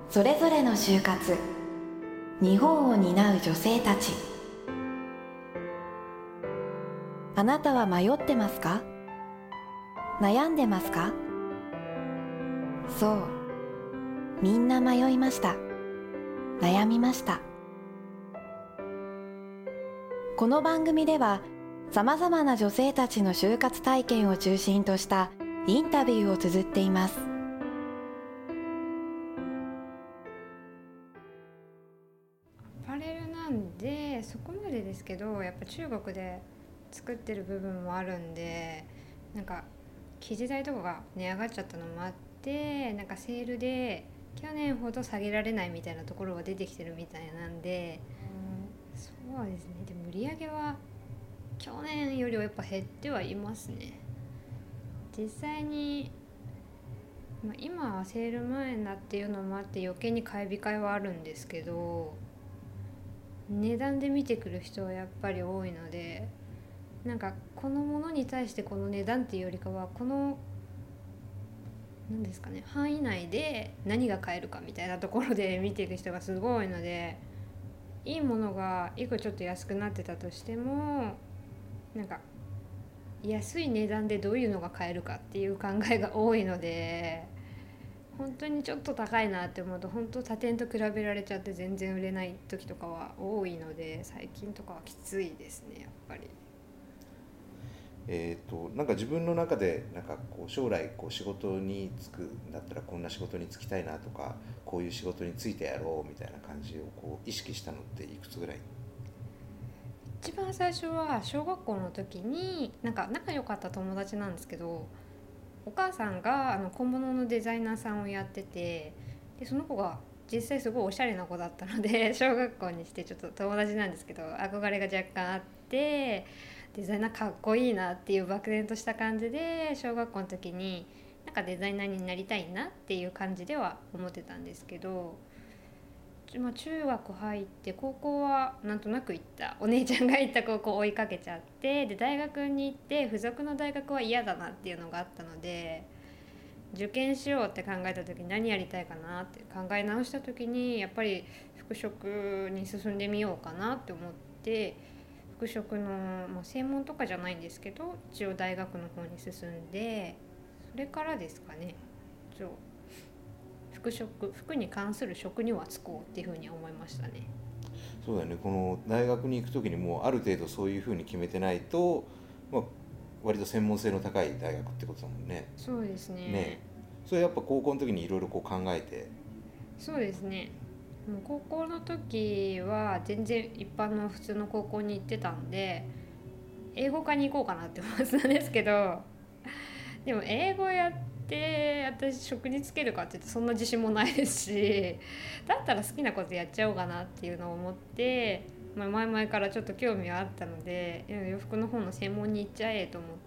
それぞれの就活、日本を担う女性たち。あなたは迷ってますか？悩んでますか？そう、みんな迷いました。悩みました。この番組では、さまざまな女性たちの就活体験を中心としたインタビューを綴っています。 アパレルなんでそこまでですけど、やっぱ中国で作ってる部分もあるんで、なんか生地代とかが値上がっちゃったのもあって、なんかセールで去年ほど下げられないみたいなところが出てきてるみたいなんで、そうですね。でも売り上げは去年よりはやっぱ減ってはいますね。実際に、今はセール前なっていうのもあって余計に買い控えはあるんですけど、値段で見てくる人はやっぱり多いので、なんかこのものに対してこの値段っていうよりかは、この何ですかね、範囲内で何が買えるかみたいなところで見ていく人がすごい多いので、いいものが1個ちょっと安くなってたとしても、なんか安い値段でどういうのが買えるかっていう考えが多いので、本当にちょっと高いなって思うと本当他店と比べられちゃって全然売れない時とかは多いので、最近とかはきついですね、やっぱり。 なんか自分の中でなんかこう将来こう仕事に就くんだったらこんな仕事に就きたいなとか、こういう仕事に就いてやろうみたいな感じをこう意識したのっていくつぐらい？ 一番最初は小学校の時に、なんか仲良かった友達なんですけど、お母さんが小物のデザイナーさんをやってて、でその子が実際すごいおしゃれな子だったので小学校にしてちょっと友達なんですけど憧れが若干あって、デザイナーかっこいいなっていう漠然とした感じで小学校の時になんかデザイナーになりたいなっていう感じでは思ってたんですけど、中学入って高校はなんとなく行ったお姉ちゃんが行った高校を追いかけちゃって、で大学に行って付属の大学は嫌だなっていうのがあったので、受験しようって考えた時に何やりたいかなって考え直した時に、やっぱり服飾に進んでみようかなって思って、服飾の、専門とかじゃないんですけど一応大学の方に進んで、それからですかね、服に関する職には就こうっていうふうに思いましたね。 そうだよね、この大学に行く時にもうある程度そういうふうに決めてないと、割と専門性の高い大学ってことだもんね。 そうですね。 ね、それやっぱ高校の時にいろいろこう考えて。 そうですね。もう高校の時は全然一般の普通の高校に行ってたんで、英語科に行こうかなって思ってたんですけど、でも英語やって私職に就けるかって言ってそんな自信もないですし、だったら好きなことやっちゃおうかなっていうのを思って、前々からちょっと興味はあったので洋服の方の専門に行っちゃえと思って、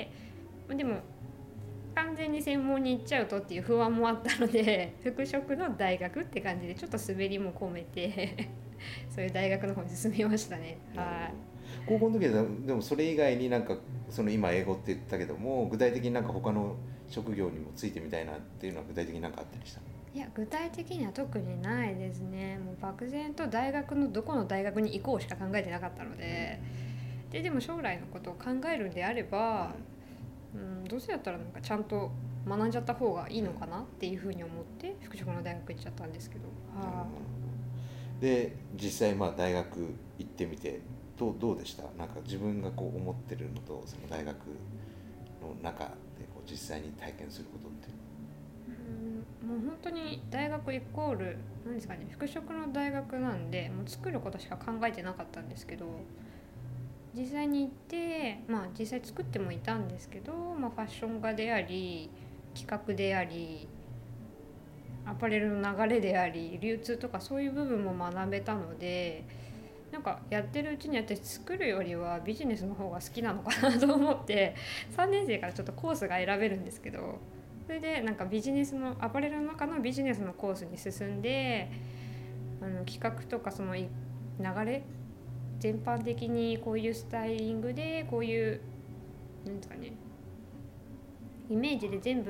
でも完全に専門に行っちゃうとっていう不安もあったので服飾の大学って感じでちょっと滑りも込めてそういう大学の方に進みましたね。はい。 高校の時はでもそれ以外になんかその今英語って言ったけども、具体的になんか他の職業にもついてみたいなっていうのは具体的になんかあったりしたの？ いや具体的には特にないですね。もう漠然と大学のどこの大学に行こうしか考えてなかったので、でも将来のことを考えるんであれば、どうせやったらなんかちゃんと学んじゃった方がいいのかなっていうふうに思って服飾の大学行っちゃったんですけど、 で実際大学行ってみてどうでした？なんか自分がこう思ってるのとその大学の中でこう実際に体験することって。 もう本当に大学イコール何ですかね、服飾の大学なんでもう作ることしか考えてなかったんですけど、実際に行って、実際作ってもいたんですけど、ファッション画であり企画でありアパレルの流れであり流通とかそういう部分も学べたので、なんかやってるうちに私作るよりはビジネスの方が好きなのかなと思って3年生からちょっとコースが選べるんですけど、それでなんかビジネスのアパレルの中のビジネスのコースに進んで、企画とかその流れ全般的にこういうスタイリングでこういうなんですかね、イメージで全部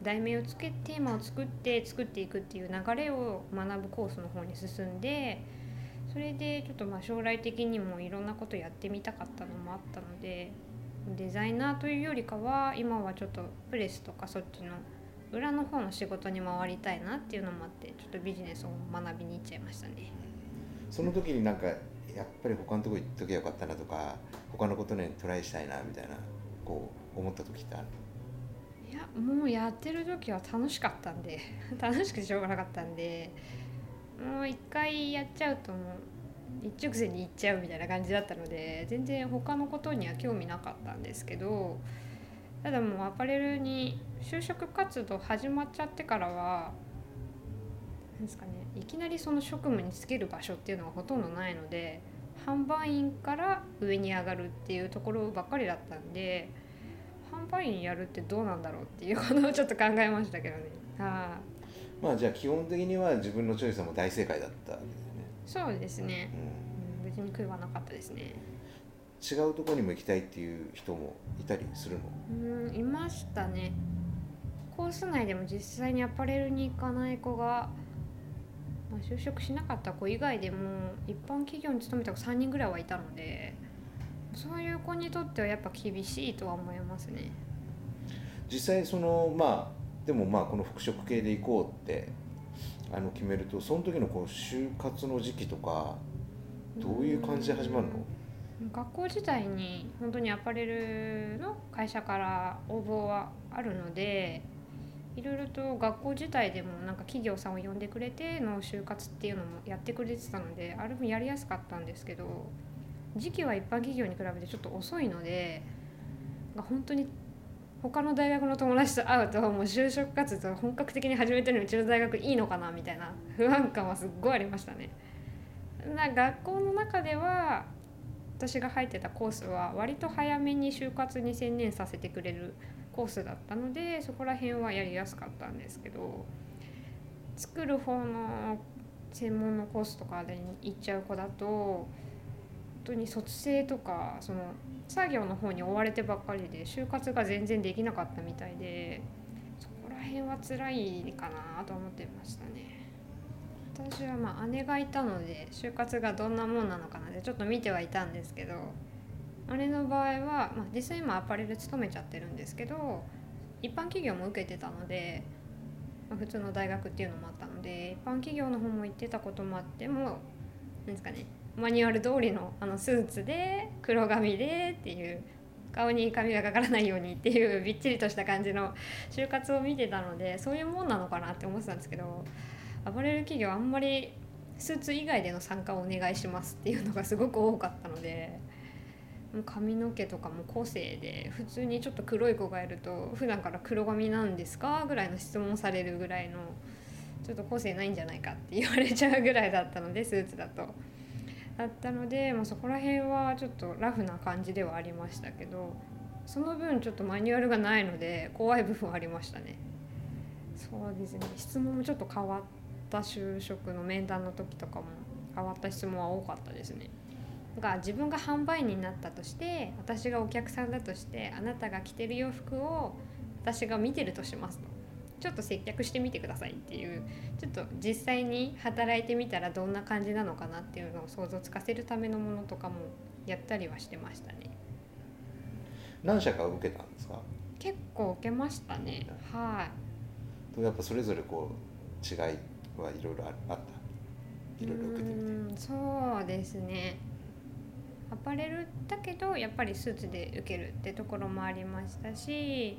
題名をつけテーマを作っていくっていう流れを学ぶコースの方に進んで、それでちょっと将来的にもいろんなことやってみたかったのもあったので、デザイナーというよりかは今はちょっとプレスとかそっちの裏の方の仕事に回りたいなっていうのもあって、ちょっとビジネスを学びに行っちゃいましたね。 その時になんかやっぱり他のとこ行っときゃよかったなとか、他のことにトライしたいなみたいなこう思った時ってある？ いや、もうやってる時は楽しかったんで楽しくてしょうがなかったんで、もう一回やっちゃうともう一直線に行っちゃうみたいな感じだったので、全然他のことには興味なかったんですけど、ただもうアパレルに就職活動始まっちゃってからはなんですかね、いきなりその職務に就ける場所っていうのがほとんどないので、販売員から上に上がるっていうところばっかりだったんで、販売員やるってどうなんだろうっていうことをちょっと考えましたけどね。 まあじゃあ基本的には自分のチョイスはもう大正解だったわけですね。そうですね、別に悔いはなかったですね。 違うところにも行きたいっていう人もいたりするの？ いましたね。コース内でも実際にアパレルに行かない子が、就職しなかった子以外でも一般企業に勤めた子3人ぐらいはいたので、そういう子にとってはやっぱ厳しいとは思いますね。 実際そのでもこの服飾系で行こうって決めると、その時のこう就活の時期とかどういう感じで始まるの？ 学校自体に本当にアパレルの会社から応募はあるので、いろいろと学校自体でもなんか企業さんを呼んでくれての就活っていうのもやってくれてたので、あれもやりやすかったんですけど、時期は一般企業に比べてちょっと遅いので、本当に他の大学の友達と会うと、もう就職活動本格的に始めてるのにうちの大学いいのかなみたいな不安感はすっごいありましたね。学校の中では私が入ってたコースは割と早めに就活に専念させてくれるコースだったので、そこら辺はやりやすかったんですけど、作る方の専門のコースとかで行っちゃう子だと本当に卒生とかその作業の方に追われてばっかりで就活が全然できなかったみたいで、そこら辺は辛いかなと思ってましたね。私は姉がいたので就活がどんなもんなのかなってちょっと見てはいたんですけど、姉の場合は、実際今アパレル勤めちゃってるんですけど、一般企業も受けてたので、普通の大学っていうのもあったので一般企業の方も行ってたこともあって、もうなんですかね、マニュアル通りのスーツで黒髪でっていう、顔に髪がかからないようにっていうびっちりとした感じの就活を見てたので、そういうもんなのかなって思ってたんですけど、アパレル企業あんまりスーツ以外での参加をお願いしますっていうのがすごく多かったので、髪の毛とかも個性で、普通にちょっと黒い子がいると普段から黒髪なんですかぐらいの質問されるぐらいの、ちょっと個性ないんじゃないかって言われちゃうぐらいだったので、スーツだったので、そこら辺はちょっとラフな感じではありましたけど、その分ちょっとマニュアルがないので怖い部分はありましたね。そうですね、質問もちょっと変わった就職の面談の時とかも変わった質問は多かったですね。自分が販売員になったとして、私がお客さんだとして、あなたが着てる洋服を私が見てるとしますと、ちょっと接客してみてくださいっていう、ちょっと実際に働いてみたらどんな感じなのかなっていうのを想像つかせるためのものとかもやったりはしてましたね。 何社か受けたんですか？ 結構受けましたね。はい。 やっぱそれぞれこう違いはいろいろあった？いろいろ受けてみて。 そうですね、アパレルだけどやっぱりスーツで受けるってところもありましたし、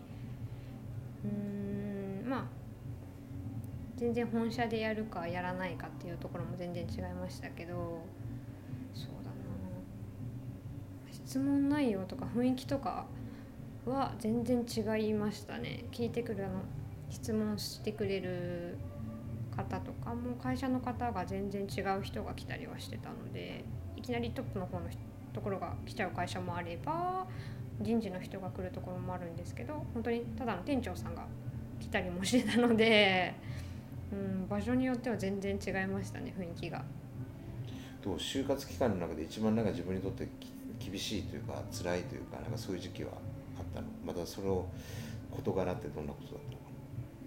全然本社でやるかやらないかっていうところも全然違いましたけど、そうだな、質問内容とか雰囲気とかは全然違いましたね。聞いてくる質問してくれる方とかも会社の方が全然違う人が来たりはしてたので、いきなりトップの方のところが来ちゃう会社もあれば、人事の人が来るところもあるんですけど、本当にただの店長さんが来たりもしてたので、場所によっては全然違いましたね、雰囲気が。 就活期間の中で一番自分にとって厳しいというか辛いというか、そういう時期はあったの？またその事柄ってどんなことだったの？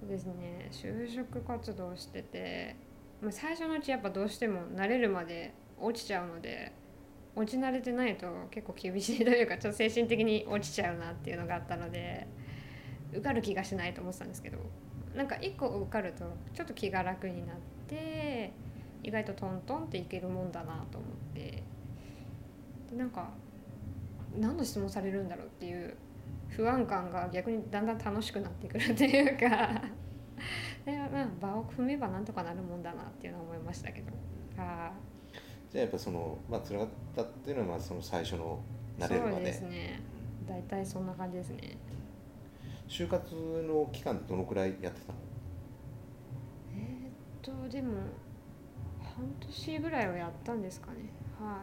そうですね、就職活動してて、まあ最初のうちやっぱどうしても慣れるまで落ちちゃうので、落ち慣れてないと結構厳しいというか、ちょっと精神的に落ちちゃうなっていうのがあったので、受かる気がしないと思ってたんですけど、なんか一個受かるとちょっと気が楽になって、意外とトントンっていけるもんだなと思って、でなんか何の質問されるんだろうっていう不安感が逆にだんだん楽しくなってくるというかで、まあ、場を踏めばなんとかなるもんだなっていうのは思いましたけど。あ、 じゃあやっぱそのまあ辛かったっていうのはまあその最初の慣れるまで。 そうですね、大体そんな感じですね。 就活の期間ってどのくらいやってたの？ でも半年ぐらいはやったんですかね。はい、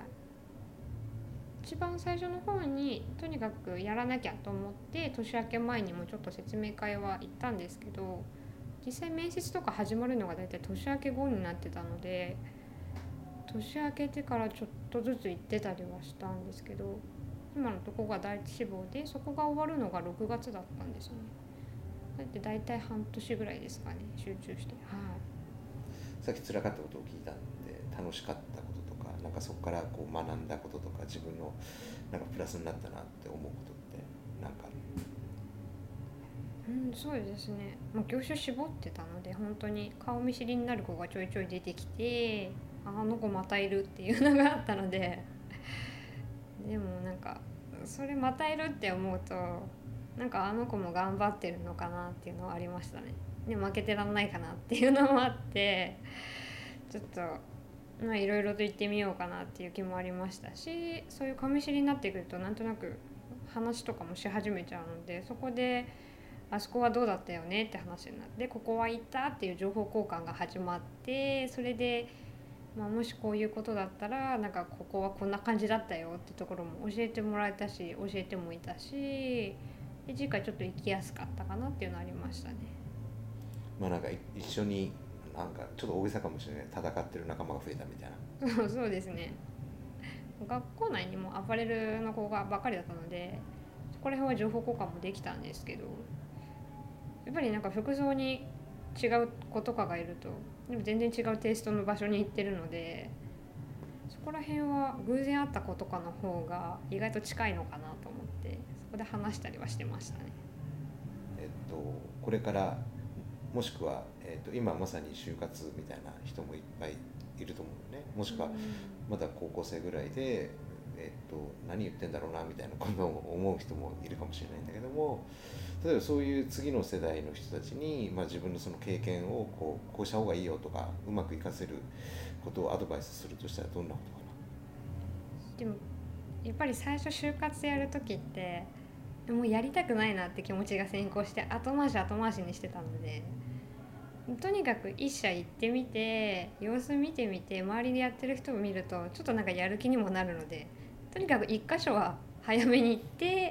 一番最初の方にとにかくやらなきゃと思って年明け前にもちょっと説明会は行ったんですけど、実際面接とか始まるのが大体年明け後になってたので、年明けてからちょっとずつ行ってたりはしたんですけど、今のとこが第一志望でそこが終わるのが6月だったんですよね。だって大体半年ぐらいですかね、集中して。はい、 さっき辛かったことを聞いたんで、楽しかったこととか、なんかそこからこう学んだこととか、自分のなんかプラスになったなって思うことってなんかそうですね、まあ、業種絞ってたので本当に顔見知りになる子がちょいちょい出てきて、あの子またいるっていうのがあったので、でもなんかそれまたいるって思うと、なんかあの子も頑張ってるのかなっていうのはありましたね。で負けてらんないかなっていうのもあって、ちょっとまあいろいろと言ってみようかなっていう気もありましたし、そういう顔見知りになってくるとなんとなく話とかもし始めちゃうので、そこであそこはどうだったよねって話になって、ここは行ったっていう情報交換が始まって、それで、まあ、もしこういうことだったらなんかここはこんな感じだったよってところも教えてもらえたし、教えてもいたし、で次回ちょっと行きやすかったかなっていうのはありましたね。 まあなんか一緒になんかちょっと大げさかもしれない、戦ってる仲間が増えたみたいな。 そうですね、学校内にもアパレルの子がばっかりだったので、そこら辺は情報交換もできたんですけど、やっぱりなんか服装に違う子とかがいると、でも全然違うテイストの場所に行ってるので、そこら辺は偶然会った子とかの方が意外と近いのかなと思って、そこで話したりはしてましたね。 これからもしくは、今まさに就活みたいな人もいっぱいいると思うよね。もしくはまだ高校生ぐらいで、何言ってんだろうなみたいなことを思う人もいるかもしれないんだけども、例えばそういう次の世代の人たちに、まあ、自分のその経験をこうした方がいいよとか、うまく活かせることをアドバイスするとしたらどんなことかな？ でもやっぱり最初就活やる時ってもうやりたくないなって気持ちが先行して後回し後回しにしてたので、とにかく一社行ってみて様子見てみて周りでやってる人を見るとちょっとなんかやる気にもなるので、とにかく一箇所は早めに行って、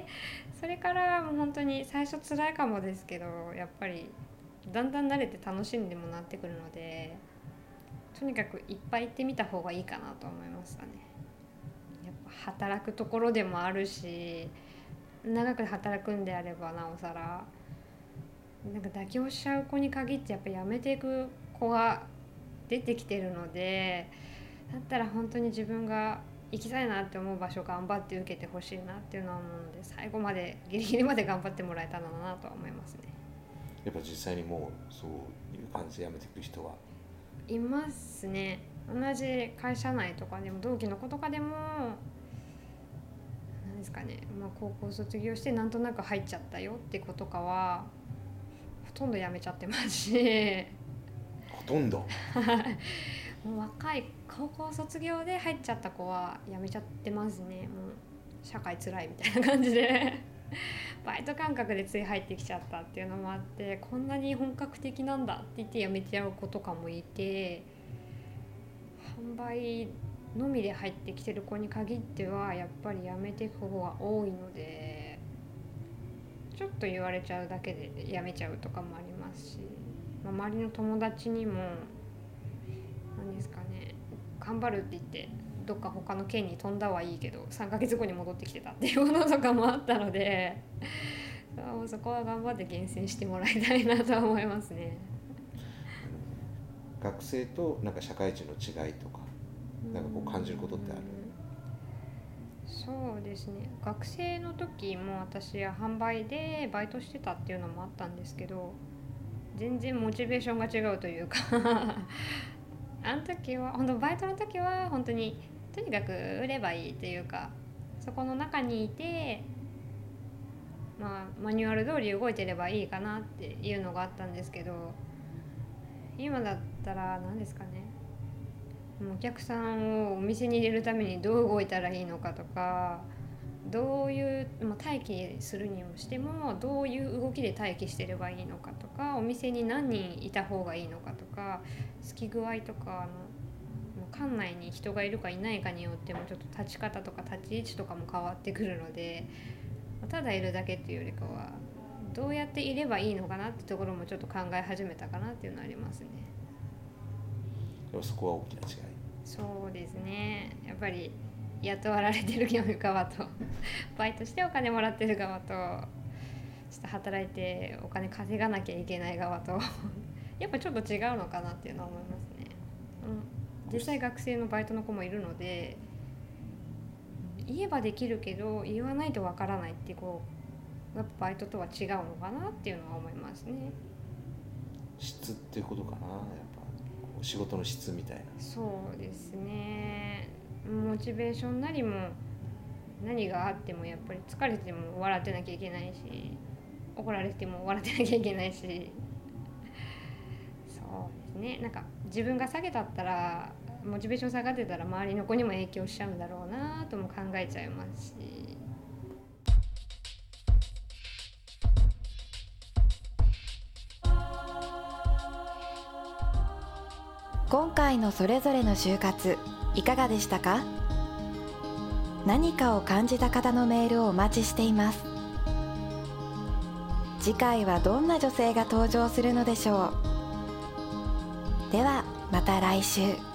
それからもう本当に最初辛いかもですけど、やっぱりだんだん慣れて楽しんでもなってくるので、とにかくいっぱい行ってみた方がいいかなと思いましたね。やっぱ働くところでもあるし、長く働くんであればなおさら、なんか妥協しちゃう子に限ってやっぱやめていく子が出てきてるので、だったら本当に自分が行きたいなって思う場所頑張って受けてほしいなっていうのは思うので、最後までギリギリまで頑張ってもらえたらなとは思いますね。 やっぱ実際にもうそういう感じで辞めていく人はいますね。同じ会社内とかでも同期の子とかでも何ですかね、まあ、高校卒業してなんとなく入っちゃったよって子とかはほとんど辞めちゃってますしほとんどもう若い高校卒業で入っちゃった子は辞めちゃってますね。もう社会つらいみたいな感じでバイト感覚でつい入ってきちゃったっていうのもあって、こんなに本格的なんだって言って辞めちゃう子とかもいて、販売のみで入ってきてる子に限ってはやっぱり辞めていく子が多いので、ちょっと言われちゃうだけで辞めちゃうとかもありますし、まあ、周りの友達にも何ですかね、頑張るって言ってどっか他の県に飛んだはいいけど3ヶ月後に戻ってきてたっていうものとかもあったので、 そこは頑張って厳選してもらいたいなとは思いますね。 学生となんか社会人の違いとかなんかこう感じることってある？ そうですね、学生の時も私は販売でバイトしてたっていうのもあったんですけど、全然モチベーションが違うというかあの時は本当バイトの時は本当にとにかく売ればいいっていうか、そこの中にいて、マニュアル通り動いてればいいかなっていうのがあったんですけど、今だったら何ですかね、お客さんをお店に入れるためにどう動いたらいいのかとか、どういう待機するにもしてもどういう動きで待機してればいいのかとか、お店に何人いた方がいいのかとか、好き具合とか館内に人がいるかいないかによってもちょっと立ち方とか立ち位置とかも変わってくるので、ただいるだけっていうよりかはどうやっていればいいのかなってところもちょっと考え始めたかなっていうのはありますね。 でもそこは大きな違い。 そうですね、やっぱり雇われてる側とバイトしてお金もらってる側と、ちょっと働いてお金稼がなきゃいけない側とやっぱちょっと違うのかなっていうのは思いますね。実際学生のバイトの子もいるので、言えばできるけど言わないとわからないってやっぱバイトとは違うのかなっていうのは思いますね。 質っていうことかな、やっぱ仕事の質みたいな。 そうですね、モチベーションなりも何があってもやっぱり疲れても笑ってなきゃいけないし、怒られても笑ってなきゃいけないし、そうですね、なんか自分が下げたったらモチベーション下がってたら周りの子にも影響しちゃうんだろうなとも考えちゃいますし。 今回のそれぞれの就活いかがでしたか？何かを感じた方のメールをお待ちしています。次回はどんな女性が登場するのでしょう。ではまた来週。